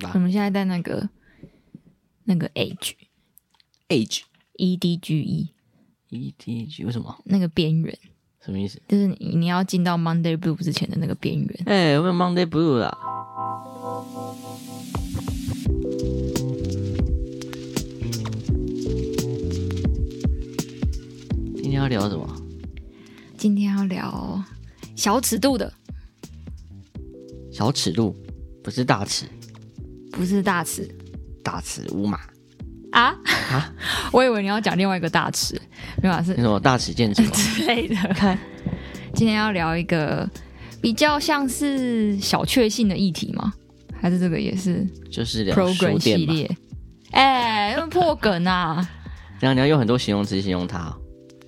我们现在在那个 edge EDGE 为什么？ 那个边缘， 什么意思？ 就是你要进到 Monday Blue 之前的那个边缘。 我有 Monday Blue 啦。今天要聊什么？ 今天要聊小尺度的。 小尺度不是大尺， 不是大尺， 大尺无码啊！我以为你要讲另外一个大尺，没有，是那种大尺剑指之类的。 看， 今天要聊一个比较像是小确幸的议题吗？还是这个也是？ 就是聊 program 书店系列。那么破梗啊！ 这样你要用很多形容词形容它哦。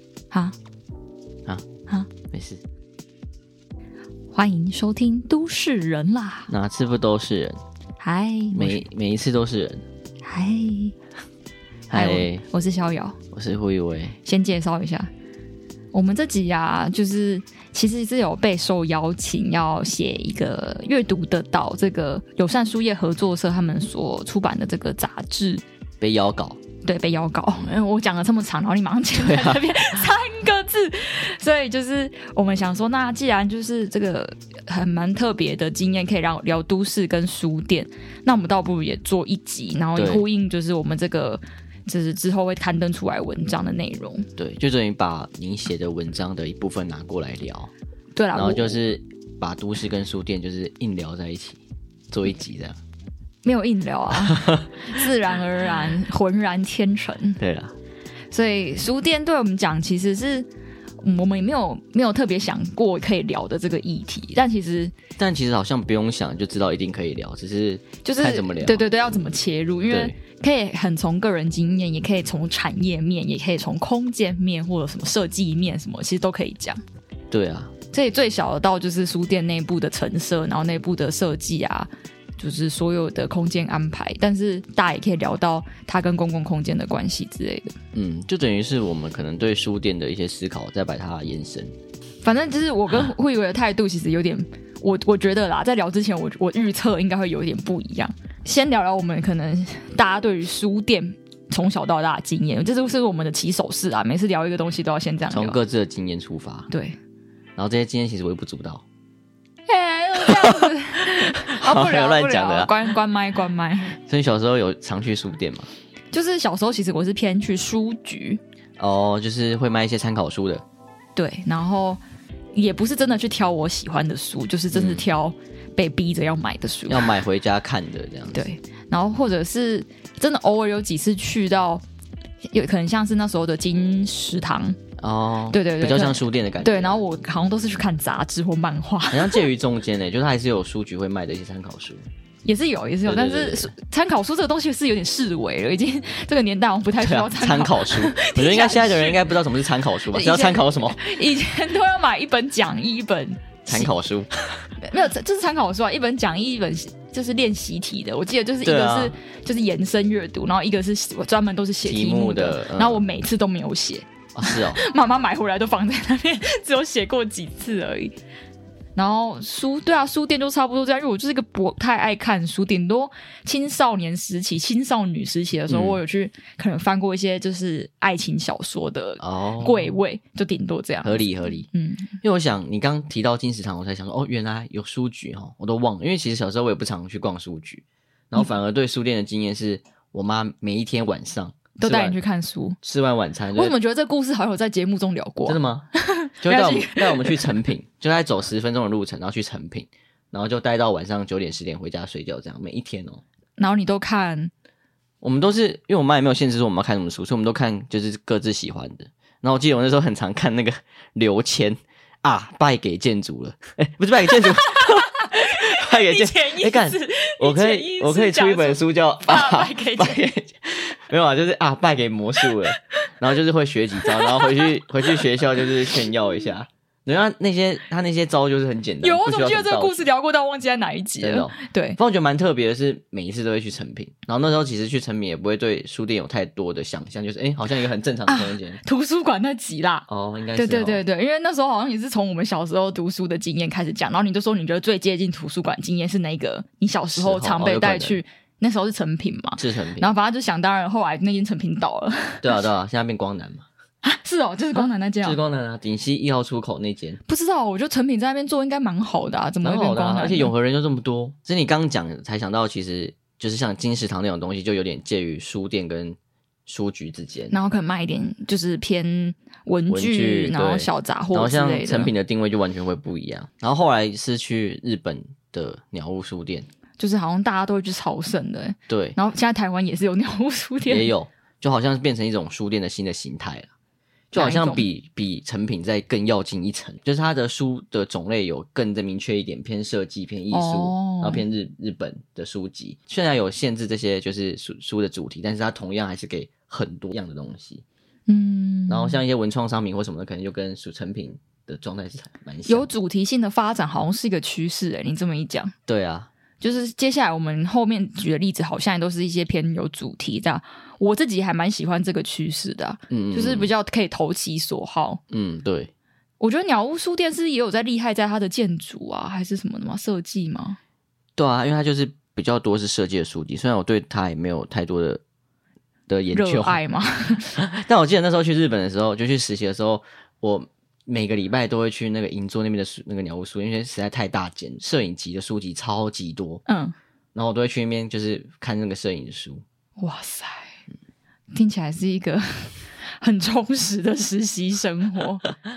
没事。 欢迎收听都市人啦！ 哪次不都是人？ 嗨， 每一次都是人。 嗨，我是逍遥， 我是胡宇威。 先介绍一下，我们这集啊，就是其实是有被受邀请要写一个阅读得到这个友善书业合作社他们所出版的这个杂志， 被邀稿。 对，被邀稿。我讲了这么长，然后你马上讲在那边3个字，所以就是我们想说，那既然就是这个蛮特别的经验，可以让聊都市跟书店，那我们倒不如也做一集，然后也呼应就是我们这个就是之后会刊登出来文章的内容。 对，就等于把您写的文章的一部分拿过来聊。 对啦， 然后就是把都市跟书店就是硬聊在一起，做一集这样。 没有硬聊啊，自然而然，浑然天成。 对啦， 所以书店对我们讲，其实是我们也没有特别想过可以聊的这个议题，但其实好像不用想就知道一定可以聊，只是就是看怎么聊。 对，要怎么切入，因为可以很从个人经验，也可以从产业面，也可以从空间面或者什么设计面什么，其实都可以讲。 对啊， 这里最小的到就是书店内部的陈设，然后内部的设计啊。就是所有的空间安排，但是大家也可以聊到它跟公共空间的关系之类的。 就等于是我们可能对书店的一些思考，再把它延伸。 反正就是我跟慧伟的态度其实有点，我觉得啦，在聊之前我预测应该会有点不一样。先聊聊我们可能大家对于书店从小到大的经验，这就是我们的起手式啊。每次聊一个东西都要先这样聊， 从各自的经验出发。 对， 然后这些经验其实微不足道。 这样子不聊乱讲的啦， 关麦。 所以小时候有常去书店吗？ 就是小时候其实我是偏去书局就是会卖一些参考书的。 对，然后也不是真的去挑我喜欢的书，就是真是挑被逼着要买的书， 要买回家看的这样子。 对，然后或者是真的偶尔有几次去到，有可能像是那时候的金石堂。对， 比较像书店的感觉。 对，然后我好像都是去看杂志或漫画， 好像介于中间就是还是有书局会卖的一些参考书， 也是有， 对， 但是参考书这个东西是有点式微了，已经这个年代我们不太需要参考书。我觉得应该现在的人应该不知道什么是参考书吧？知道参考什么？ 以前都要买一本讲义，一本参考书， 没有，就是参考书啊，一本讲义，一本就是练习题的。我记得就是一个是就是延伸阅读，然后一个是专门都是写题目的，然后我每次都没有写。 是哦， 妈妈买回来都放在那边，只有写过几次而已。然后书店就差不多这样，因为我就是一个不太爱看书，顶多青少年时期、青少女时期的时候，我有去可能翻过一些就是爱情小说的柜位，就顶多这样。 合理。因为我想你刚提到金石堂，我才想说原来有书局我都忘了，因为其实小时候我也不常去逛书局，然后反而对书店的经验是我妈每一天晚上都带你去看书， 吃完晚餐。 我怎么觉得这个故事好像有在节目中聊过？ 真的吗？就带我们去成品，就在走10分钟的路程，然后去成品，然后就待到晚上9点10点回家睡觉，这样每一天然后你都看？ 我们都是因为我妈也没有限制说我们要看什么书，所以我们都看就是各自喜欢的。然后我记得我那时候很常看那个刘谦败给建筑了，不是败给建筑。败给建筑，干！我可以出一本书叫败给没有就是败给魔术了，然后就是会学几招，然后回去学校就是炫耀一下。人家他那些招就是很简单。 有，我怎么记得这个故事聊过，但忘记在哪一集了。对， 反正我觉得蛮特别的是，每一次都会去成品，然后那时候其实去成品也不会对书店有太多的想象，就是好像一个很正常的空间。图书馆那集啦。 应该是。 对，因为那时候好像也是从我们小时候读书的经验开始讲，然后你就说你觉得最接近图书馆经验是哪个？你小时候常被带去那时候是成品嘛， 是成品， 然后反正就想当然，后来那间成品倒了。 对啊，现在变光南嘛。 是哦，就是光南那间就是光南啊，顶溪1号出口那间。 不知道，我觉得成品在那边做应该蛮好的啊，怎么会变光南？ 而且永和人就这么多。所以你刚刚讲才想到，其实就是像金石堂那种东西，就有点介于书店跟书局之间， 然后可能卖一点就是偏文具然后小杂货之类的。 然后像成品的定位就完全会不一样。然后后来是去日本的鸟屋书店， 就是好像大家都会去朝圣的。 对， 然后现在台湾也是有鸟屋书店， 也有，就好像变成一种书店的新的形态了。就好像比成品再更要进一层，就是它的书的种类有更明确一点，偏设计、偏艺术，然后偏日本的书籍。虽然有限制这些就是书的主题，但是它同样还是给很多样的东西。然后像一些文创商品或什么的，可能就跟成品的状态是蛮像。 有主题性的发展好像是一个趋势你这么一讲。 对啊。 就是接下来我们后面举的例子好像都是一些偏有主题的，我自己还蛮喜欢这个趋势的就是比较可以投其所好。 对， 我觉得鸟屋书店是也有在厉害在它的建筑啊还是什么的吗？设计吗？ 对啊，因为它就是比较多是设计的书籍，虽然我对它也没有太多的研究热爱嘛但我记得那时候去日本的时候，就去实习的时候，我每个礼拜都会去那个银座那边的那个鸟屋书，因为实在太大间，摄影集的书籍超级多。然后我都会去那边就是看那个摄影的书。 哇塞，听起来是一个很充实的实习生活。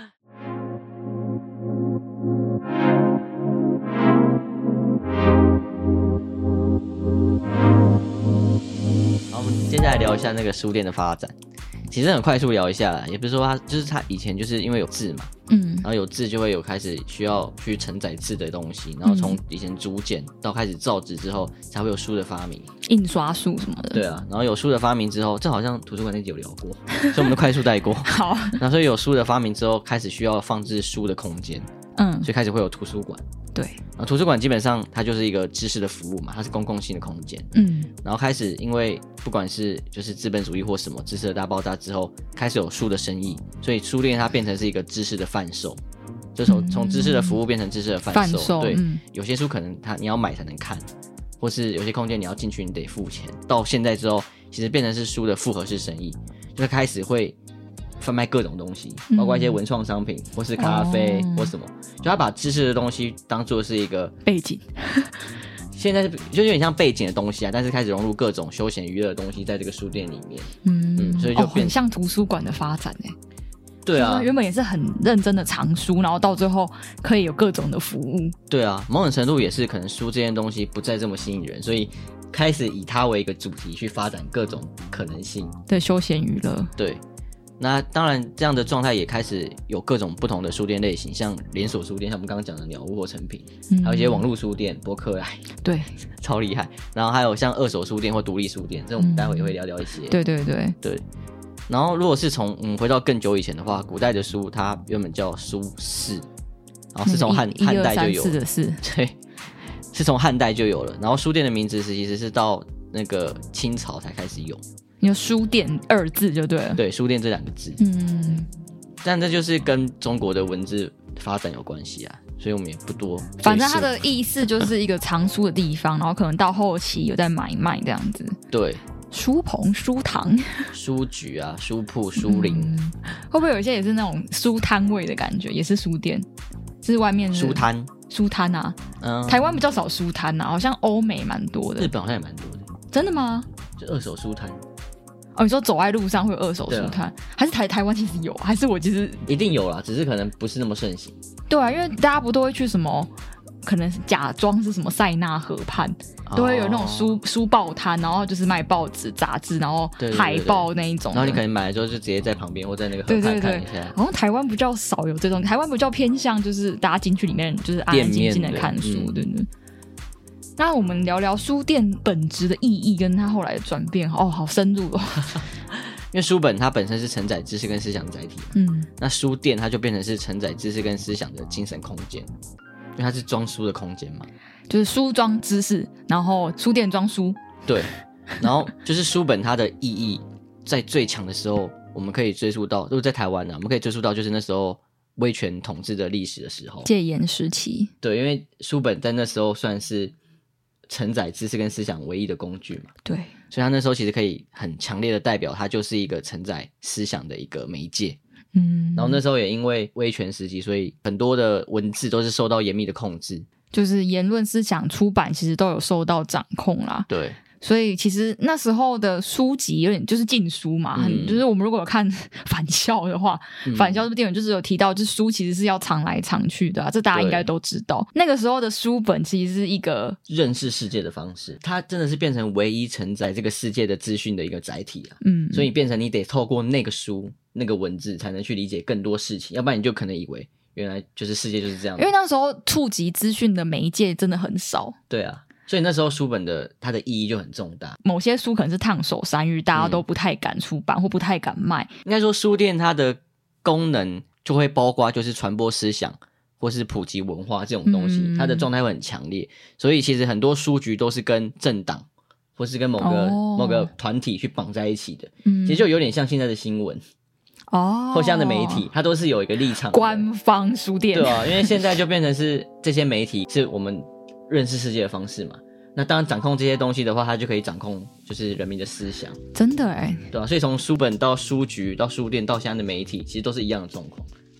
好，我们接下来聊一下那个书店的发展。其实很快速聊一下啦，也不是说它以前就是因为有字嘛，然后有字就会有开始需要去承载字的东西，然后从以前竹简到开始造纸之后，才会有书的发明， 印刷术什么的。 对啊，然后有书的发明之后，这好像图书馆那集有聊过，所以我们都快速带过。 好， 那所以有书的发明之后，开始需要放置书的空间，所以开始会有图书馆。 对， 然后图书馆基本上它就是一个知识的服务嘛，它是公共性的空间。然后开始因为不管是就是资本主义或什么知识的大爆炸之后，开始有书的生意，所以书店它变成是一个知识的贩售，就从知识的服务变成知识的贩售。对，有些书可能你要买才能看，或是有些空间你要进去你得付钱。到现在之后，其实变成是书的复合式生意，就是开始会贩卖各种东西，包括一些文创商品或是咖啡或什么，就他把知识的东西当作是一个背景。 现在就有点像背景的东西啊，但是开始融入各种休闲娱乐的东西在这个书店里面。所以就很像图书馆的发展对啊， 原本也是很认真的藏书，然后到最后可以有各种的服务。 对啊，某种程度也是可能书这件东西不再这么吸引人，所以开始以它为一个主题去发展各种可能性的休闲娱乐。 对，那当然这样的状态也开始有各种不同的书店类型，像连锁书店，像我们刚刚讲的鸟屋或成品，还有一些网络书店博客来， 对， 超厉害。然后还有像二手书店或独立书店，这种待会也会聊聊一些。 对对对对。然后如果是从回到更久以前的话，古代的书它原本叫书市，然后是从汉代就有了，对，是从汉代就有了。然后书店的名字其实是到那个清朝才开始有。 你有书店2字就对了。 对，书店这2个字。但这就是跟中国的文字发展有关系啊，所以我们也不多。 反正它的意思就是一个藏书的地方，然后可能到后期有在买卖这样子。 对， 书棚、书堂、 书局啊、书铺、书林， 会不会有一些也是那种书摊位的感觉？也是书店，是外面书摊啊。台湾比较少书摊啊，好像欧美蛮多的， 日本好像也蛮多的。 真的吗？ 就二手书摊。 你说走在路上会有二手书摊，还是台湾其实有，还是我其实一定有啦，只是可能不是那么盛行。 对啊，因为大家不都会去什么，可能是假装是什么塞纳河畔，都会有那种书报摊，然后就是卖报纸、杂志，然后海报那一种。 然后你可能买了之后就直接在旁边或在那个河畔看一下。 好像台湾比较少有这种，台湾比较偏向就是大家进去里面就是安安静静的看书，对不对？那我们聊聊书店本质的意义跟它后来的转变。好深入哦。 因为书本它本身是承载知识跟思想的载体，那书店它就变成是承载知识跟思想的精神空间，因为它是装书的空间嘛， 就是书装知识，然后书店装书。 对，然后就是书本它的意义在最强的时候，我们可以追溯到，如果在台湾呢，我们可以追溯到就是那时候威权统治的历史的时候， 戒严时期。 对，因为书本在那时候算是承载知识跟思想唯一的工具嘛。 对， 所以他那时候其实可以很强烈的代表，他就是一个承载思想的一个媒介。然后那时候也因为威权时期，所以很多的文字都是受到严密的控制， 就是言论思想出版其实都有受到掌控啦。 对， 所以其实那时候的书籍有点就是禁书嘛，就是我们如果有看返校的话，返校这部电影就是有提到，就是书其实是要藏来藏去的啊，这大家应该都知道。那个时候的书本其实是一个认识世界的方式，它真的是变成唯一承载这个世界的资讯的一个载体啊。所以变成你得透过那个书那个文字才能去理解更多事情，要不然你就可能以为原来就是世界就是这样的。 因为那时候触及资讯的媒介真的很少。 对啊，所以那时候书本的它的意义就很重大。 某些书可能是烫手山芋，大家都不太敢出版或不太敢卖。 应该说书店它的功能就会包括就是传播思想或是普及文化这种东西，它的状态会很强烈。所以其实很多书局都是跟政党或是跟某个团体去绑在一起的。其实就有点像现在的新闻或像的媒体，它都是有一个立场的官方书店。 对啊，因为现在就变成是这些媒体是我们认识世界的方式嘛。那当然掌控这些东西的话，它就可以掌控就是人民的思想。 真的耶， 对啊，所以从书本到书局到书店到现在的媒体，其实都是一样的状况。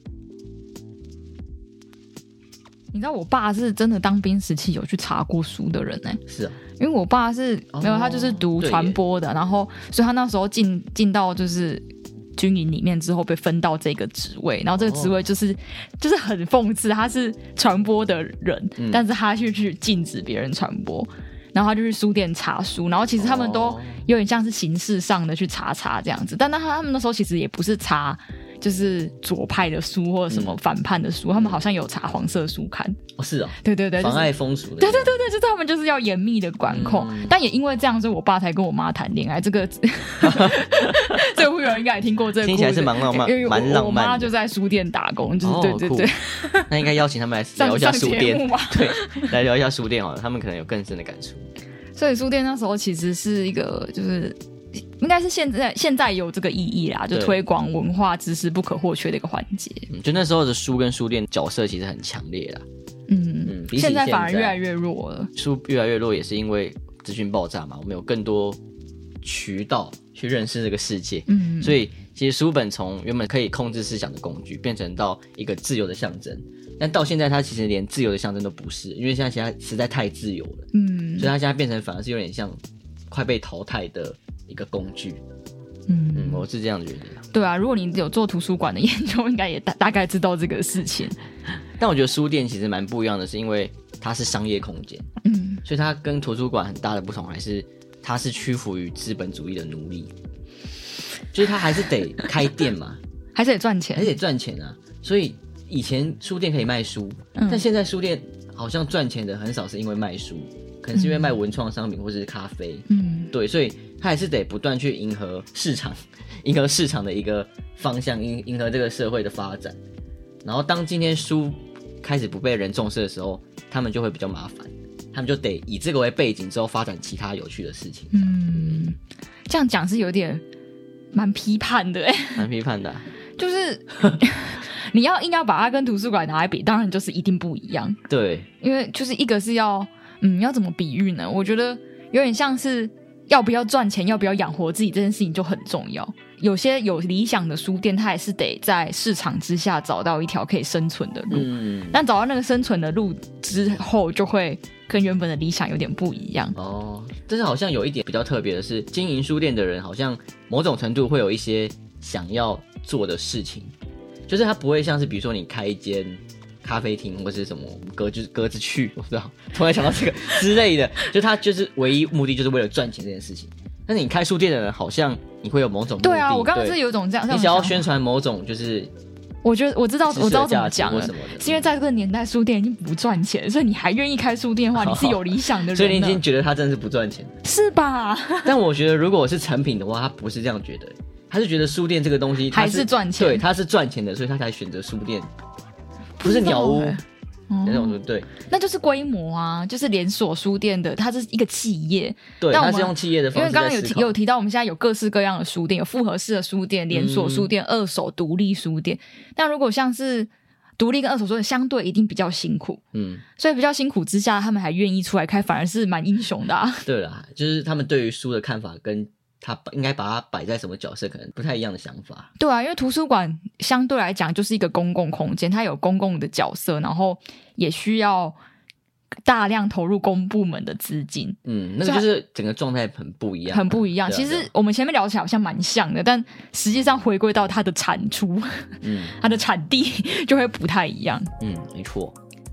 你知道我爸是真的当兵时期有去查过书的人耶。 是啊， 因为我爸是没有，他就是读传播的，然后所以他那时候进到就是军营里面之后被分到这个职位，然后这个职位就是很讽刺，他是传播的人，但是他去禁止别人传播，然后他就去书店查书，然后其实他们都有点像是形式上的去查这样子，但他们那时候其实也不是查就是左派的书或者什么反叛的书，他们好像有查黄色书刊。 是哦， 对对对， 妨碍风俗的。 对，就是他们就是要严密的管控，但也因为这样，所以我爸才跟我妈谈恋爱。这个这个会有人应该也听过这个故事， 听起来是蛮浪漫，蛮浪漫的。 我妈就在书店打工，就是对， 那应该邀请他们来聊一下书店， 对， 来聊一下书店好了，他们可能有更深的感触。 所以书店那时候其实是一个就是。应该是现在有这个意义啦，就推广文化知识不可或缺的一个环节。 就那时候的书跟书店角色其实很强烈啦。 现在反而越来越弱了。 书越来越弱也是因为资讯爆炸嘛，我们有更多渠道去认识这个世界。所以其实书本从原本可以控制思想的工具，变成到一个自由的象征。但到现在它其实连自由的象征都不是，因为现在实在太自由了。所以它现在变成反而是有点像快被淘汰的一个工具。我是这样觉得。 对啊，如果你有做图书馆的研究，应该也大概知道这个事情。 但我觉得书店其实蛮不一样的，是因为它是商业空间。所以它跟图书馆很大的不同还是它是屈服于资本主义的奴隶，就是它还是得开店嘛， 还是得赚钱， 还是得赚钱啊。所以以前书店可以卖书，但现在书店好像赚钱的很少是因为卖书，可能是因为卖文创商品或者是咖啡。对，所以它还是得不断去迎合市场的一个方向，迎合这个社会的发展。然后当今天书开始不被人重视的时候，他们就会比较麻烦，他们就得以这个为背景之后发展其他有趣的事情。 这样讲是有点蛮批判的蛮批判的就是你硬要把它跟图书馆拿来比，当然就是一定不一样。 对， 因为就是一个是要怎么比喻呢？我觉得有点像是要不要赚钱，要不要养活自己这件事情就很重要。有些有理想的书店，它也是得在市场之下找到一条可以生存的路。但找到那个生存的路之后，就会跟原本的理想有点不一样。 但是好像有一点比较特别的是，经营书店的人好像某种程度会有一些想要做的事情，就是他不会像是比如说你开一间咖啡厅或是什么格子去，我不知道，突然想到这个之类的，就他就是唯一目的就是为了赚钱这件事情。但是你开书店的人，好像你会有某种目的。对啊，我刚刚是有一种这样， 你想要宣传某种就是。 我知道怎么讲了，是因为在这个年代书店已经不赚钱，所以你还愿意开书店的话，你是有理想的人。 所以你已经觉得他真的是不赚钱， 是吧？ 但我觉得如果我是成品的话，他不是这样觉得，他是觉得书店这个东西还是赚钱， 对，他是赚钱的，所以他才选择书店，不是鸟屋。那种对， 那就是规模啊，就是连锁书店的，它是一个企业。 对，它是用企业的方式在思考。 因为刚刚有提到，我们现在有各式各样的书店，有复合式的书店、连锁书店、二手独立书店。但如果像是独立跟二手书店相对一定比较辛苦，所以比较辛苦之下他们还愿意出来开，反而是蛮英雄的啊。 对啦，就是他们对于书的看法跟他应该把它摆在什么角色可能不太一样的想法。 对啊，因为图书馆相对来讲就是一个公共空间，它有公共的角色，然后也需要大量投入公部门的资金。 那个就是整个状态很不一样， 很不一样。其实我们前面聊起来好像蛮像的，但实际上回归到它的产出，它的产地就会不太一样。 没错。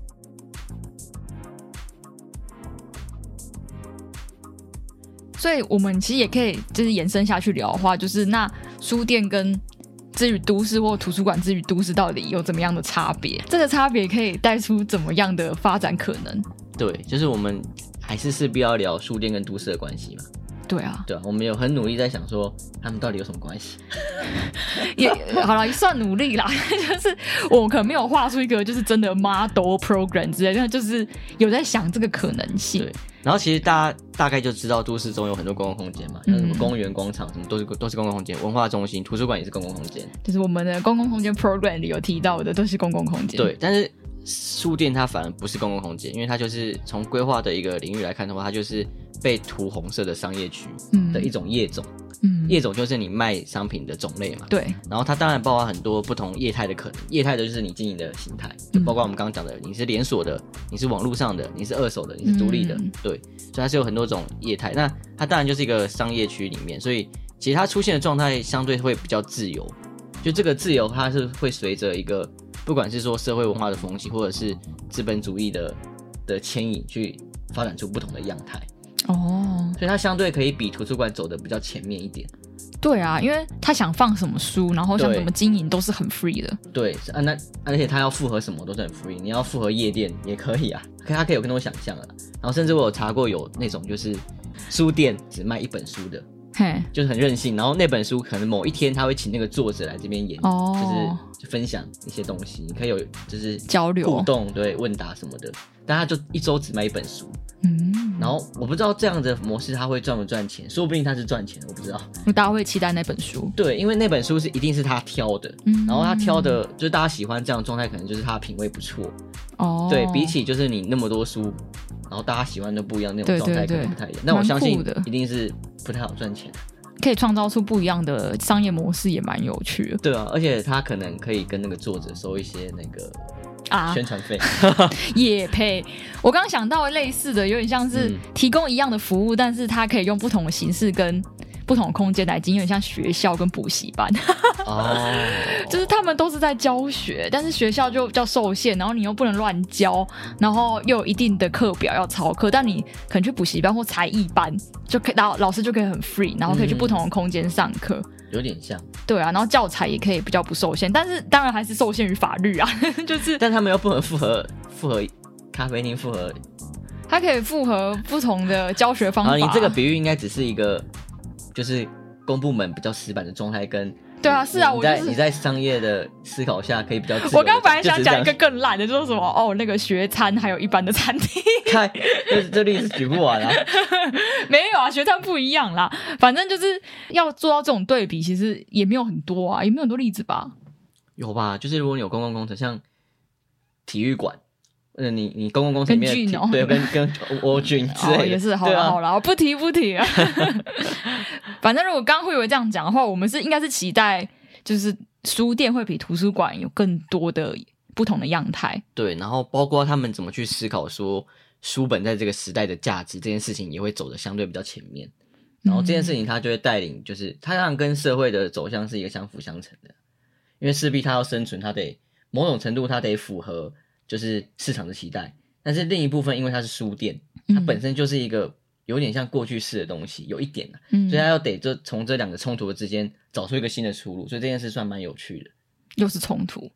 所以我们其实也可以就是延伸下去聊的话，就是那书店跟之于都市或图书馆之于都市到底有怎么样的差别？这个差别可以带出怎么样的发展可能？ 对，就是我们还是势必要聊书店跟都市的关系嘛。 对啊， 我们有很努力在想说他们到底有什么关系。 也好啦，也算努力啦。就是我可能没有画出一个就是真的 model program 之类的，就是有在想这个可能性。 对，然后其实大家大概就知道都市中有很多公共空间嘛，像什么公园、广场什么都是公共空间，文化中心、图书馆也是公共空间。就是我们的公共空间 program 里有提到的都是公共空间。 对，但是书店它反而不是公共空间，因为它就是从规划的一个领域来看的话，它就是被涂红色的商业区的一种业种。业种就是你卖商品的种类嘛。对，然后它当然包含很多不同业态的可能，业态的就是你经营的形态，包括我们刚刚讲的，你是连锁的，你是网络上的，你是二手的，你是独立的。对，所以它是有很多种业态。那它当然就是一个商业区里面，所以其实它出现的状态相对会比较自由。就这个自由，它是会随着一个不管是说社会文化的风气，或者是资本主义的牵引，去发展出不同的样态。所以它相对可以比图书馆走的比较前面一点。 对啊，因为他想放什么书，然后想怎么经营都是很 free 的。对， 而且他要复合什么都是很 free， 你要复合夜店也可以啊，他可以有更多想象了。然后甚至我有查过有那种就是书店只卖一本书的，就是很任性，然后那本书可能某一天他会请那个作者来这边演，就是分享一些东西，你可以有就是交流互动，对，问答什么的，但他就一周只卖一本书。然后我不知道这样的模式他会赚不赚钱，说不定他是赚钱的，我不知道。 大家会期待那本书。对， 因为那本书是一定是他挑的，然后他挑的就是大家喜欢这样的状态，可能就是他的品味不错。对，比起就是你那么多书，然后大家喜欢的不一样那种状态可能不太一样。那我相信一定是不太好赚钱， 可以创造出不一样的商业模式，也蛮有趣的。 对啊，而且他可能可以跟那个作者收一些那个宣传费。 业配，我刚刚想到类似的，有点像是提供一样的服务，但是它可以用不同的形式跟不同的空间来经营，有点像学校跟补习班。就是他们都是在教学，但是学校就比较受限，然后你又不能乱教，然后又有一定的课表要操课，但你可能去补习班或才艺班就可以，然后老师就可以很 free， 然后可以去不同的空间上课。 有点像。 对啊，然后教材也可以比较不受限，但是当然还是受限于法律啊。就是但他们又不能复合咖啡厅， 它可以复合不同的教学方法。 你这个比喻应该只是一个就是公部门比较死板的状态，跟对啊，是啊， 你在商业的思考下可以比较自由。 我刚刚本来想讲一个更烂的，就是什么那个学餐还有一般的餐厅。 看，这例子举不完啊。 没有啊，学餐不一样啦。反正就是要做到这种对比，其实也没有很多啊，也没有很多例子吧。 有吧，就是如果你有公共工程，像体育馆。你公共工程里面的对跟欧菌之类的也是好了好了，不提了。反正如果刚刚会有这样讲的话，我们应该是期待就是书店会比图书馆有更多的不同的样态。对， 然后包括他们怎么去思考说书本在这个时代的价值这件事情，也会走得相对比较前面。然后这件事情它就会带领，就是它让跟社会的走向是一个相辅相成的，因为势必它要生存，它得某种程度它得符合。就是市场的期待，但是另一部分因为它是书店，它本身就是一个有点像过去式的东西，有一点所以它要得就从这两个冲突之间找出一个新的出路，所以这件事算蛮有趣的。 又是冲突。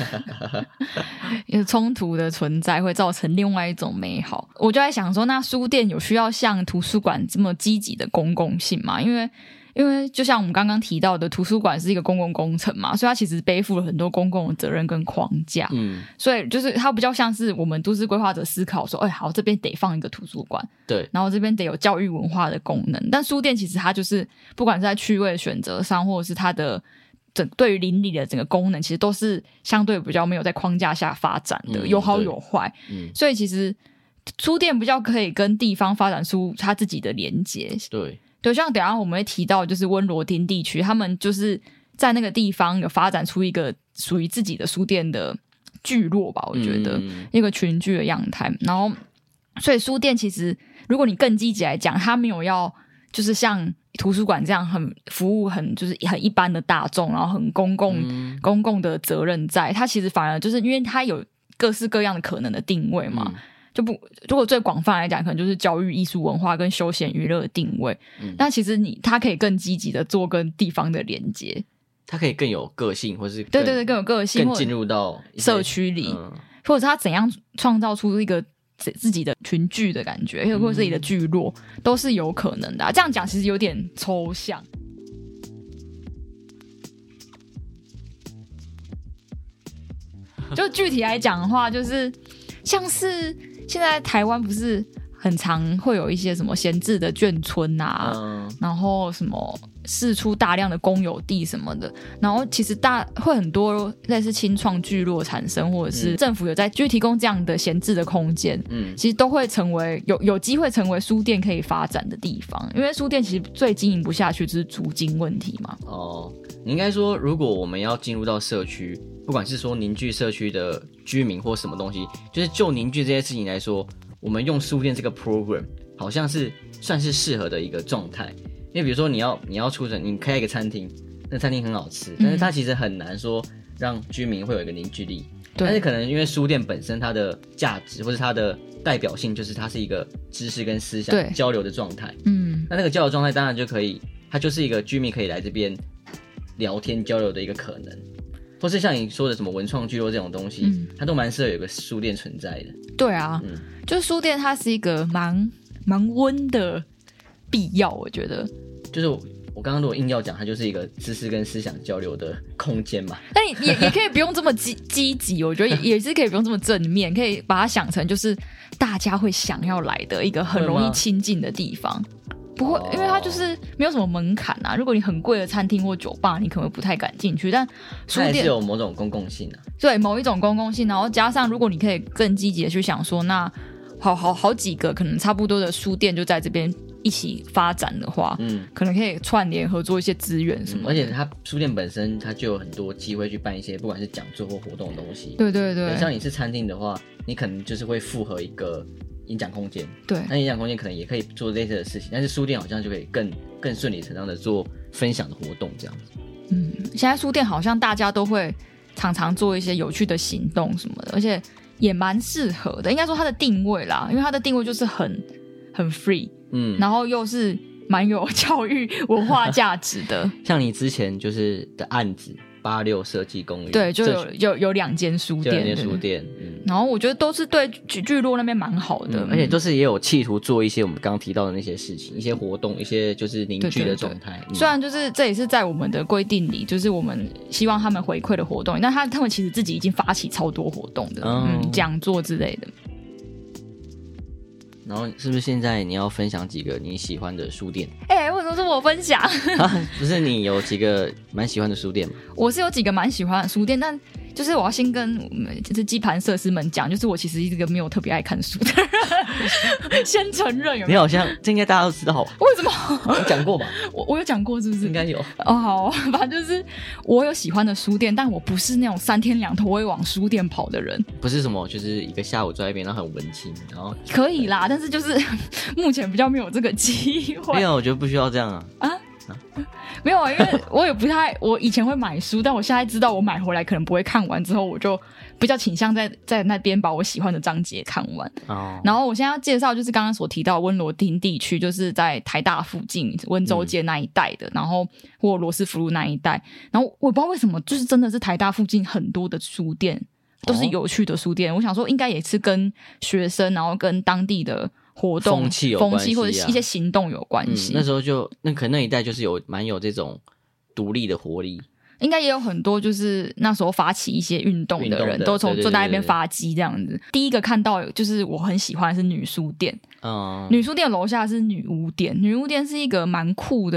有冲突的存在会造成另外一种美好。我就在想说，那书店有需要像图书馆这么积极的公共性吗？因为就像我们剛刚提到的，图书馆是一个公共工程嘛，所以它其实背负了很多公共的责任跟框架。所以就是它比较像是我们都市规划者思考说，好，这边得放一个图书馆，对，然后这边得有教育文化的功能。但书店其实它就是不管是在趣味选择上，或者是它的对于邻里的整个功能，其实都是相对比较没有在框架下发展的，有好有坏。所以其实书店比较可以跟地方发展出它自己的连结。对，像等一下我们会提到，就是温罗丁地区，他们就是在那个地方有发展出一个属于自己的书店的聚落吧，我觉得一个群聚的样态。然后，所以书店其实，如果你更积极来讲，它没有要就是像图书馆这样很服务就是很一般的大众，然后很公共的责任在，它其实反而就是因为它有各式各样的可能的定位嘛。如果最广泛来讲，可能就是教育、艺术、文化跟休闲娱乐的定位。但其实它可以更积极的做跟地方的连接， 它可以更有个性，或是对更有个性， 更进入到社区里，或者是它怎样创造出一个自己的群聚的感觉，或者自己的聚落，都是有可能的。这样讲其实有点抽象。就具体来讲的话，就是像是现在台湾不是很常会有一些什么闲置的眷村啊，然后什么释出大量的公有地什么的，然后其实会很多类似青创聚落产生，或者是政府有在就提供这样的闲置的空间，其实都会成为有机会成为书店可以发展的地方，因为书店其实最经营不下去就是租金问题嘛。 你应该说，如果我们要进入到社区，不管是说凝聚社区的居民或什么东西，就是就凝聚这些事情来说，我们用书店这个 program 好像是算是适合的一个状态。因为比如说你要出城，你开一个餐厅，那餐厅很好吃，但是它其实很难说让居民会有一个凝聚力。但是可能因为书店本身它的价值或是它的代表性，就是它是一个知识跟思想交流的状态。那个交流状态当然就可以，它就是一个居民可以来这边聊天交流的一个可能。或是像你说的什么文创聚落这种东西，它都蛮适合有个书店存在的。 对啊，就是书店它是一个蛮温的必要，我觉得。就是我刚刚如果硬要讲，它就是一个知识跟思想交流的空间嘛。 但也可以不用这么积极，我觉得也是可以不用这么正面，可以把它想成就是大家会想要来的一个很容易亲近的地方。不会，因为它就是没有什么门槛啊。如果你很贵的餐厅或酒吧，你可能不太敢进去。但书店它还是有某种公共性啊。 对，某一种公共性，然后加上如果你可以更积极的去想说，那好几个可能差不多的书店就在这边一起发展的话，可能可以串联合作一些资源什么的。 而且它书店本身它就有很多机会去办一些不管是讲座或活动的东西。 对对对， 像你是餐厅的话，你可能就是会复合一个演讲空间， 对， 那演讲空间可能也可以做类似的事情，但是书店好像就可以更顺理成章的做分享的活动这样子。 现在书店好像大家都会常常做一些有趣的行动什么的，而且也蛮适合的。应该说它的定位啦，因为它的定位就是很 free，然后又是蛮有教育文化价值的。 像你之前就是的案子86设计公寓， 对，就有2间书店， 就2间书店， 然后我觉得都是对聚落那边蛮好的， 而且都是也有企图做一些我们刚刚提到的那些事情，一些活动，一些就是凝聚的状态。 虽然就是这也是在我们的规定里，就是我们希望他们回馈的活动，但他们其实自己已经发起超多活动的，讲座之类的。 然后是不是现在你要分享几个你喜欢的书店？ 为什么是我分享？ 不是你有几个蛮喜欢的书店吗？ 我是有几个蛮喜欢的书店，但就是我要先跟就是基盘设施们讲，就是我其实是一个没有特别爱看书的人，先承认。有没有？ 你好像这应该大家都知道吧？ 为什么？ 你讲过吧？ 我有讲过是不是？ 应该有。 好，反正就是我有喜欢的书店，但我不是那种3天2头会往书店跑的人。 不是什么，就是一个下午坐在一边，然后很文青，然后可以啦，但是就是目前比较没有这个机会。 没有，我觉得不需要这样啊。 没有，因为我也不太，我以前会买书，但我现在知道我买回来可能不会看完，之后我就比较倾向在那边把我喜欢的章节看完。然后我现在要介绍就是刚刚所提到温罗丁地区，就是在台大附近温州街那一带的，然后或罗斯福路那一带。然后我不知道为什么，就是真的是台大附近很多的书店都是有趣的书店。我想说应该也是跟学生，然后跟当地的活动风气或者一些行动有关系。 那时候就可能那一代就是蛮有这种独立的活力， 应该也有很多就是那时候发起一些运动的人都从坐在那边发迹这样子。第一个看到就是我很喜欢的是女书店，女书店楼下是女巫店。女巫店是一个蛮酷的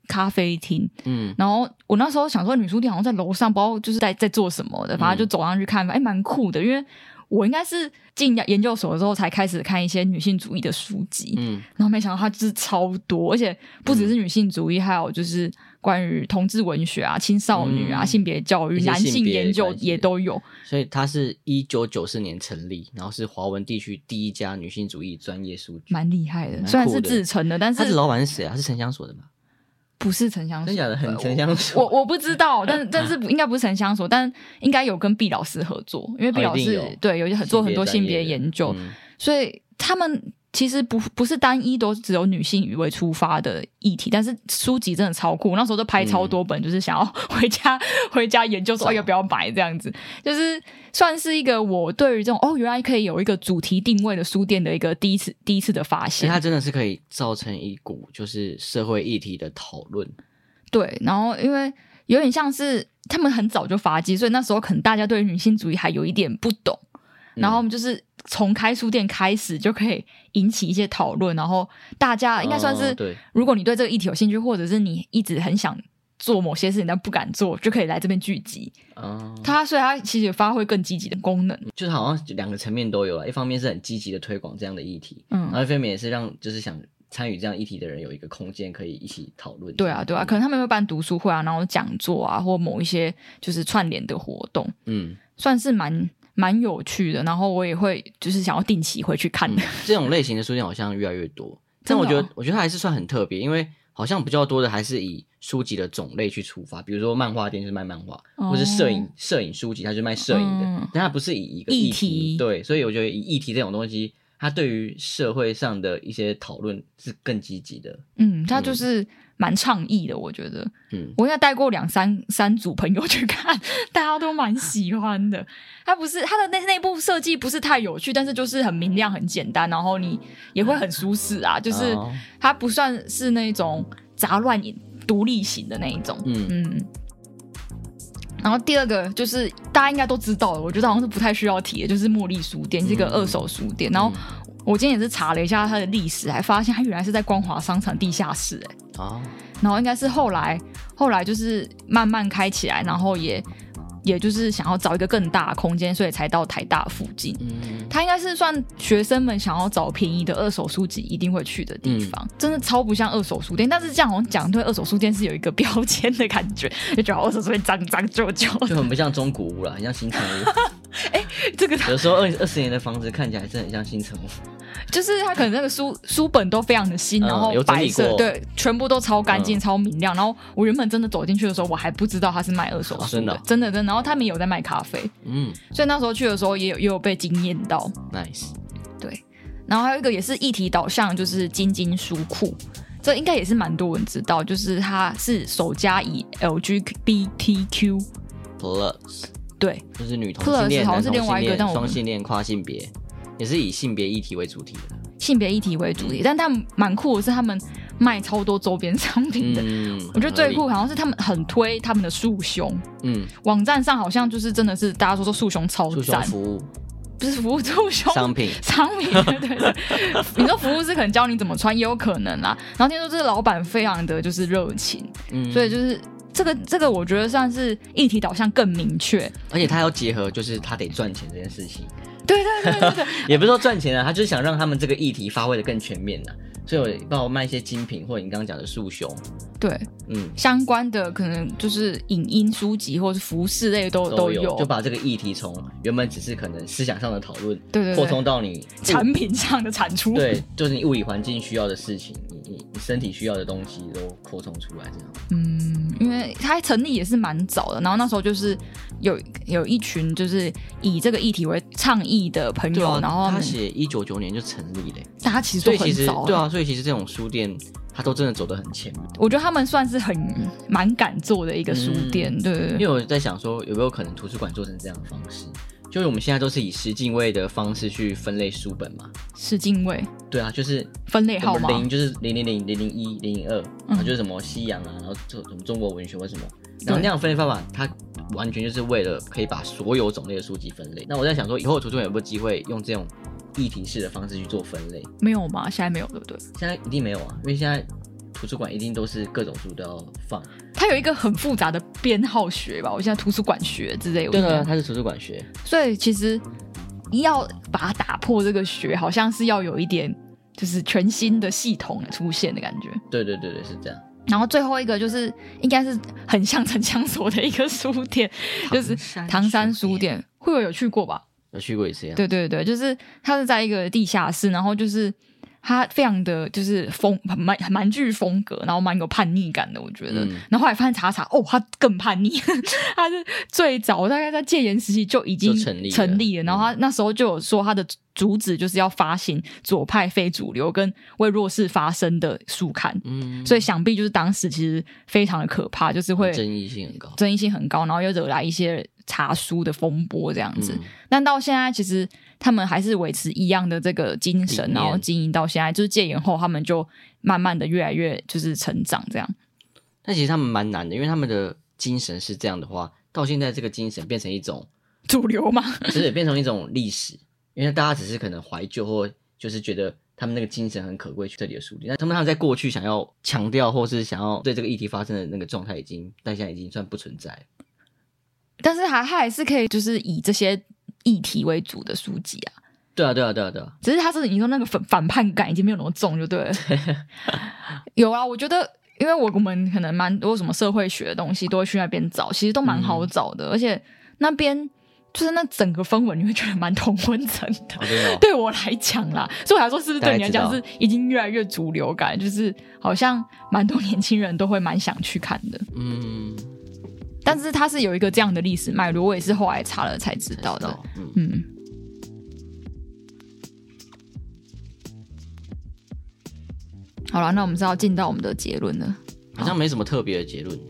咖啡厅，然后我那时候想说女书店好像在楼上，不知道就是在做什么的，反正就走上去看，蛮酷的，因为我应该是进研究所的时候才开始看一些女性主义的书籍，然后没想到它就是超多，而且不只是女性主义，还有就是关于同志文学啊、青少女啊、性别教育、男性研究也都有。 所以它是1994年成立，然后是华文地区第一家女性主义专业书局， 蛮厉害的。虽然是自成的，但是他是老板是谁啊？是城乡所的吗？ 不是城乡所， 真假的很城乡所， 我不知道，但是应该不是城乡所，但应该有跟毕老师合作，因为毕老师对有做很多性别研究，所以他们其实不是单一都只有女性为出发的议题，但是书籍真的超酷，那时候就拍超多本，就是想要回家研究说要不要买这样子，就是算是一个我对于这种原来可以有一个主题定位的书店的一个第一次的发现。 它真的是可以造成一股就是社会议题的讨论。 对，然后因为有点像是他们很早就发迹，所以那时候可能大家对女性主义还有一点不懂，然后我们就是从开书店开始就可以引起一些讨论，然后大家应该算是如果你对这个议题有兴趣，或者是你一直很想做某些事情但不敢做，就可以来这边聚集。所以它其实发挥更积极的功能， 就是好像两个层面都有，一方面是很积极的推广这样的议题，然后一方面也是让就是想参与这样议题的人有一个空间可以一起讨论。 对啊，可能他们会办读书会啊，然后讲座啊，或某一些就是串联的活动，算是蛮有趣的。然后我也会就是想要定期回去看的。 这种类型的书店好像越来越多，但我觉得它还是算很特别，因为好像比较多的还是以书籍的种类去出发，比如说漫画店就是卖漫画，或是摄影书籍它就是卖摄影的，但它不是以一个议题。对，所以我觉得以议题这种东西，它对于社会上的一些讨论是更积极的。 它就是蛮倡议的，我觉得。我应该带过三组朋友去看，大家都蛮喜欢的。它的内部设计不是太有趣，但是就是很明亮、很简单，然后你也会很舒适啊。就是它不算是那种杂乱独立型的那一种。然后第二个就是大家应该都知道了，我觉得好像是不太需要提的，就是茉莉书店，这个二手书店。然后我今天也是查了一下它的历史，还发现它原来是在光华商场地下室然后应该是后来就是慢慢开起来，然后也就是想要找一个更大的空间，所以才到台大附近。它应该是算学生们想要找便宜的二手书籍一定会去的地方，真的超不像二手书店。但是这样好像讲对二手书店是有一个标签的感觉，就觉得二手书店脏脏旧旧， 就很不像中古屋啦，很像新城屋。 这个有时候20年的房子看起来还是很像新城屋。 就是它可能那个书本都非常的新，然后白色，对，全部都超干净、超明亮。然后我原本真的走进去的时候，我还不知道它是卖二手书的，真的。然后他们有在卖咖啡，所以那时候去的时候也有被惊艳到。 Nice， 对。然后还有一个也是议题导向，就是金金书库，这应该也是蛮多人知道，就是它是首家以 LGBTQ Plus， 对， 就是女同性恋、 好像是另外一个，但双性恋、跨性别。也是以性别议题为主题的， 性别议题为主题，但他们蛮酷的是，他们卖超多周边商品的。我觉得最酷好像是他们很推他们的束胸，网站上好像就是真的是大家说束胸超赞，束胸服务不是服务，束胸商品，对。你说服务是可能教你怎么穿，也有可能啦。然后听说这个老板非常的就是热情，所以就是这个我觉得算是议题导向更明确， 而且他要结合就是他得赚钱这件事情。 对， 也不是说赚钱啊，他就是想让他们这个议题发挥的更全面啊，所以我帮我卖一些精品，或者你刚刚讲的束胸， 对，相关的可能就是影音书籍或是服饰类都有， 就把这个议题从原本只是可能思想上的讨论， 对， 扩充到你产品上的产出， 对，就是你物理环境需要的事情，你身体需要的东西都扩充出来这样。 因为它成立也是蛮早的，然后那时候就是有一群就是以这个议题为倡议的朋友，然后他写199年就成立了， 大家其实都很早， 对啊，所以其实这种书店他都真的走得很前面。 我觉得他们算是蛮敢做的一个书店，对。 因为我在想说，有没有可能图书馆做成这样的方式？就是我们现在都是以十进位的方式去分类书本嘛。 十进位？ 对啊，就是分类号码 0就是000、001、002，然后就是什么西洋啊，然后什么中国文学或什么，然后那样分类方法，它完全就是为了可以把所有种类的书籍分类。那我在想说，以后图书馆有没有机会用这种议题式的方式去做分类？ 没有吗？现在没有，对不对？ 现在一定没有啊，因为现在图书馆一定都是各种书都要放。 它有一个很复杂的编号学吧，我现在图书馆学之类的。 对啊，它是图书馆学， 所以其实要把它打破这个学，好像是要有一点就是全新的系统出现的感觉。 对，是这样。 然后最后一个就是应该是很像城乡所的一个书店，就是唐山书店，会有去过吧？ 有去过一次呀。 对，就是它是在一个地下室，然后就是它非常的就是蛮具风格，然后蛮有叛逆感的，我觉得。然后后来发现查它更叛逆，它是最早大概在戒严时期就已经成立了，然后他那时候就有说他的主旨就是要发行左派非主流跟为弱势发声的书刊，所以想必就是当时其实非常的可怕，就是会争议性很高， 然后又惹来一些查书的风波这样子。但到现在其实他们还是维持一样的这个精神，然后经营到现在，就是戒严后他们就慢慢的越来越就是成长这样。 但其实他们蛮难的，因为他们的精神是这样的话，到现在这个精神变成一种主流嘛， 就是变成一种历史。因为大家只是可能怀旧，或就是觉得他们那个精神很可贵，去这里的书店。但他们在过去想要强调，或是想要对这个议题发生的那个状态，但现在已经算不存在了。 但是它还是可以，就是以这些议题为主的书籍啊。 对啊。 只是它是你说那个反叛感已经没有那么重，就对了。有啊，我觉得，因为我们可能蛮多什么社会学的东西都会去那边找，其实都蛮好找的，而且那边。就是那整个氛围你会觉得蛮同温层的，对我来讲啦，所以我来说是不是对你来讲是已经越来越主流感，就是好像蛮多年轻人都会蛮想去看的。但是它是有一个这样的历史脉络，我也是后来查了才知道的。好了，那我们是要进到我们的结论了。 好像没什么特别的结论。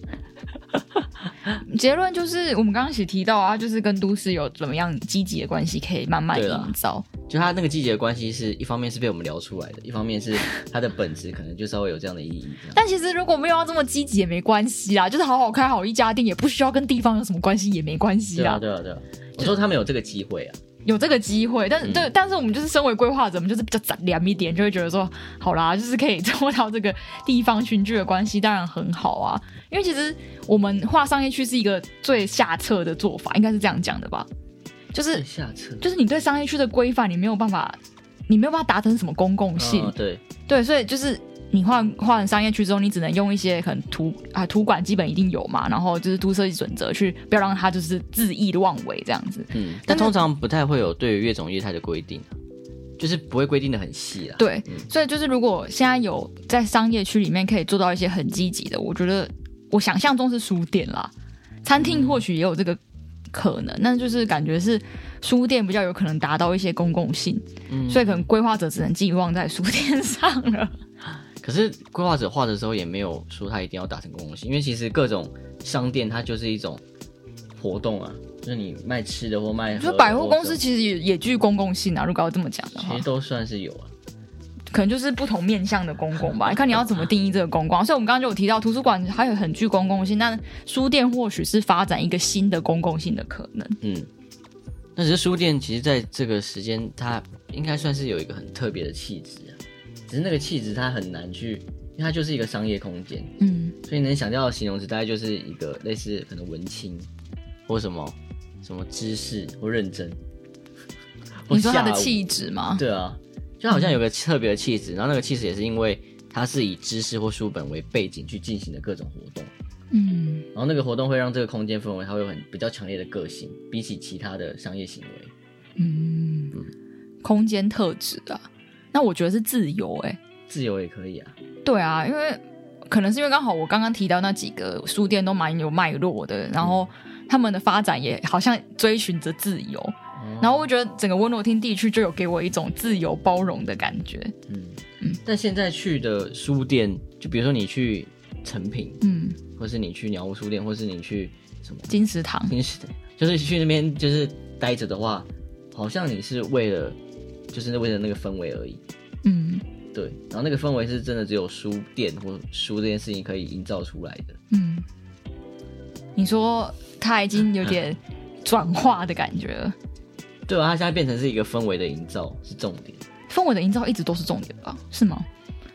结论就是我们刚刚一起提到啊，就是跟都市有怎么样积极的关系可以慢慢营造。 就它那个积极的关系是一方面是被我们聊出来的，一方面是它的本质可能就稍微有这样的意义。 但其实如果没有要这么积极也没关系啦，就是好好开好一家店也不需要跟地方有什么关系也没关系啦。 对啊。我说他们有这个机会啊。 有这个机会，但是我们就是身为规划者，我们就是比较斩凉一点，就会觉得说，好啦，就是可以做到这个地方群聚的关系，当然很好啊。因为其实我们划商业区是一个最下策的做法，应该是这样讲的吧？就是最下策， 就是你对商业区的规范，你没有办法达成什么公共性，对，所以就是。你划完商业区之后，你只能用一些可能图管基本一定有嘛，然后就是都设计准则去不要让它就是恣意妄为这样子。 但通常不太会有对于业种业态的规定，就是不会规定的很细啦。 对，所以就是如果现在有在商业区里面可以做到一些很积极的，我觉得我想象中是书店啦，餐厅或许也有这个可能，但就是感觉是书店比较有可能达到一些公共性，所以可能规划者只能寄望在书店上了。 可是规划者画的时候也没有说他一定要达成公共性，因为其实各种商店它就是一种活动啊，就是你卖吃的或卖喝的， 就百货公司其实也具公共性啊，如果要这么讲的话， 其实都算是有啊， 可能就是不同面向的公共吧，你看你要怎么定义这个公共。所以我们刚刚就有提到图书馆还有很具公共性，但书店或许是发展一个新的公共性的可能。 但是书店其实在这个时间它应该算是有一个很特别的气质啊，只是那个气质它很难去，因为它就是一个商业空间，所以能想到的形容词大概就是一个类似可能文青或什么知识或认真。 你说它的气质吗？ 对啊，就好像有个特别的气质，然后那个气质也是因为它是以知识或书本为背景去进行的各种活动。然后那个活动会让这个空间氛围它会有比较强烈的个性，比起其他的商业行为。 空间特质啊，那我觉得是自由自由也可以啊。 对啊，因为可能是因为刚好我刚刚提到那几个书店都蛮有脉络的，然后他们的发展也好像追寻着自由，然后我觉得整个温罗汀地区就有给我一种自由包容的感觉。 但现在去的书店，就比如说你去诚品，或是你去鸟屋书店，或是你去什么金石堂， 就是去那边就是待着的话，好像你是为了那个氛围而已。对，然后那个氛围是真的只有书店或书这件事情可以营造出来的。 你说它已经有点转化的感觉了。 对啊，它现在变成是一个氛围的营造是重点。 氛围的营造一直都是重点吧？是吗？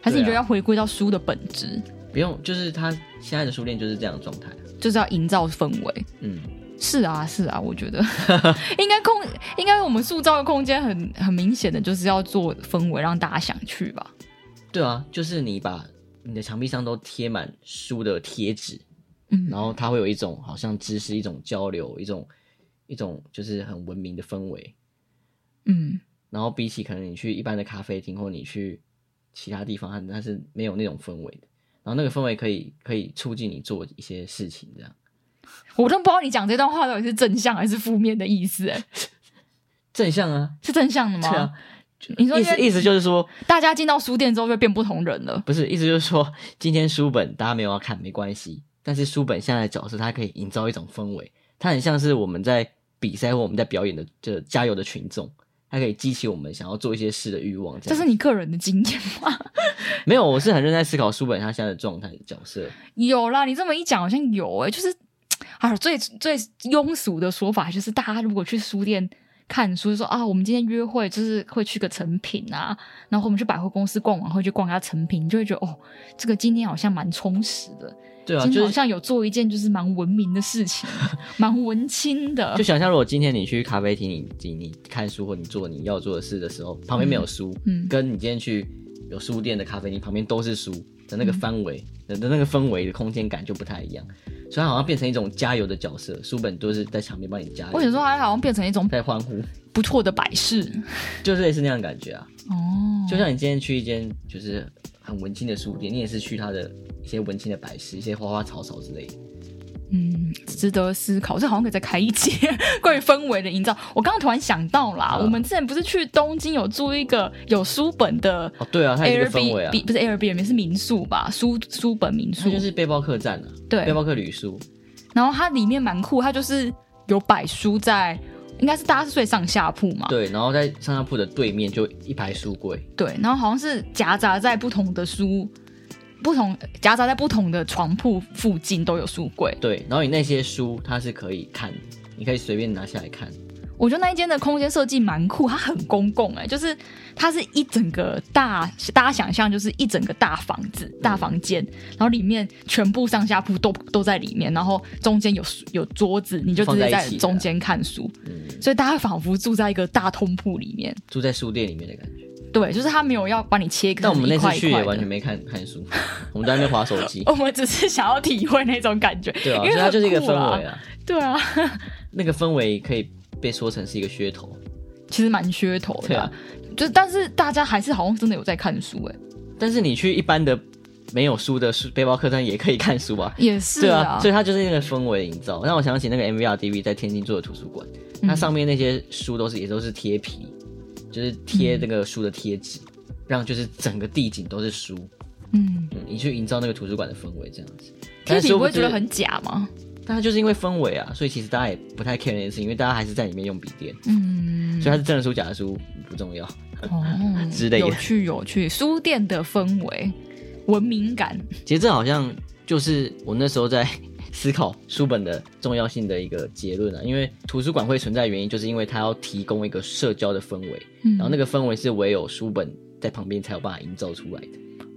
还是你觉得要回归到书的本质？ 不用，就是他现在的书店就是这样的状态， 就是要营造氛围。是啊，我觉得应该我们塑造的空间很明显的就是要做氛围，让大家想去吧。 对啊，就是你把你的墙壁上都贴满书的贴纸，然后它会有一种好像知识、一种交流、一种就是很文明的氛围。然后比起可能你去一般的咖啡厅或你去其他地方，它是没有那种氛围的。然后那个氛围可以促进你做一些事情，这样。 我都不知道你讲这段话到底是正向还是负面的意思。 正向啊， 是正向的吗？ 对啊， 你说意思就是说， 大家进到书店之后就变不同人了。 不是，意思就是说，今天书本大家没有要看没关系，但是书本现在的角色它可以营造一种氛围，它很像是我们在比赛或我们在表演的就加油的群众，它可以激起我们想要做一些事的欲望。 这是你个人的经验吗？ 没有，我是很认真在思考书本它现在的状态的角色。 有啦，你这么一讲好像有就是最庸俗的说法就是大家如果去书店看书，就说啊，我们今天约会就是会去个诚品啊，然后我们去百货公司逛完会去逛一下诚品，你就会觉得哦，这个今天好像蛮充实的。 对啊， 今天好像有做一件就是蛮文明的事情，蛮文青的。 就想象如果今天你去咖啡厅，你看书或你做你要做的事的时候，旁边没有书，跟你今天去有书店的咖啡厅旁边都是书的那个氛围的那个氛围的空间感就不太一样，所以它好像变成一种加油的角色，书本都是在墙边帮你加油。 我想说它好像变成一种在欢呼不错的摆饰， 就是类似那样的感觉啊。 哦， 就像你今天去一间就是很文青的书店，你也是去它的一些文青的摆饰，一些花花草草之类的。 值得思考，这好像可以再开一节关于氛围的营造。我刚刚突然想到啦，我们之前不是去东京有住一个有书本的对啊，它有一个氛围啊， 不是 Airbnb 是民宿吧，书本民宿， 它就是背包客栈啊， 对， 背包客旅宿。 然后它里面蛮酷，它就是有摆书在，应该是大家是睡上下铺嘛， 对，然后在上下铺的对面就一排书柜， 对，然后好像是夹杂在不同的书。夹杂在不同的床铺附近都有书柜， 对，然后你那些书它是可以看的，你可以随便拿下来看。 我觉得那一间的空间设计蛮酷，它很公共就是它是一整个大家想象就是一整个大房子、大房间，然后里面全部上下铺都在里面，然后中间有桌子，你就直接在中间看书，所以大家仿佛住在一个大通铺里面， 住在书店里面的感觉。 对，就是他没有要把你切开， 但我们那次去也完全没看书，我们在那边滑手机。 我们只是想要体会那种感觉， 对啊，因为它就是一个氛围啊。 对啊， 那个氛围可以被说成是一个噱头， 其实蛮噱头的。 对啊， 就是但是大家还是好像真的有在看书但是你去一般的没有书的背包客栈也可以看书啊， 也是对啊，所以它就是那个氛围的营造，让我想起那个 MVRDV 在天津做的图书馆，它上面那些书也都是贴皮，就是贴那个书的贴纸。让就是整个地景都是书，你去营造那个图书馆的氛围这样子。 贴纸不会觉得很假吗？ 但它就是因为氛围啊，所以其实大家也不太 care 那件事情，因为大家还是在里面用笔电，所以它是真的书假的书不重要之类的。 有趣，书店的氛围，文明感。 其实这好像就是我那时候在思考书本的重要性的一个结论啊，因为图书馆会存在的原因，就是因为它要提供一个社交的氛围，然后那个氛围是唯有书本在旁边才有办法营造出来的。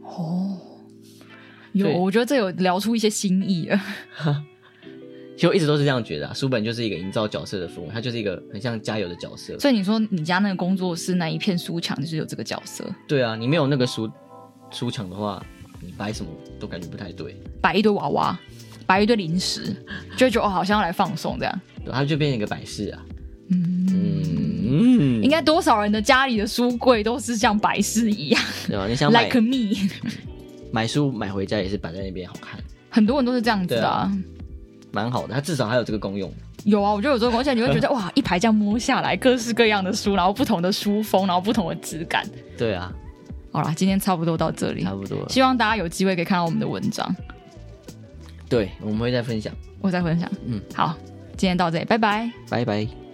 我觉得这有聊出一些新意了。 其实我一直都是这样觉得啊，书本就是一个营造角色的氛围，它就是一个很像加油的角色。 所以你说你家那个工作室那一片书墙就是有这个角色？对啊，你没有那个书墙的话，你摆什么都感觉不太对。 摆一堆娃娃，摆一堆零食，就会觉得好像要来放松这样。 对，它就变成一个摆饰啊。 应该多少人的家里的书柜都是像摆饰一样， 对吧？你想买 like me 买书买回家也是摆在那边好看， 很多人都是这样子的蛮好的，它至少还有这个功用。 有啊，我觉得有这个功用，而且你会觉得哇，一排这样摸下来，各式各样的书，然后不同的书风，然后不同的质感。 对啊， 好啦，今天差不多到这里， 差不多了， 希望大家有机会可以看到我们的文章。 对，我们会再分享， 我再分享。好，今天到这里，拜拜， 拜拜。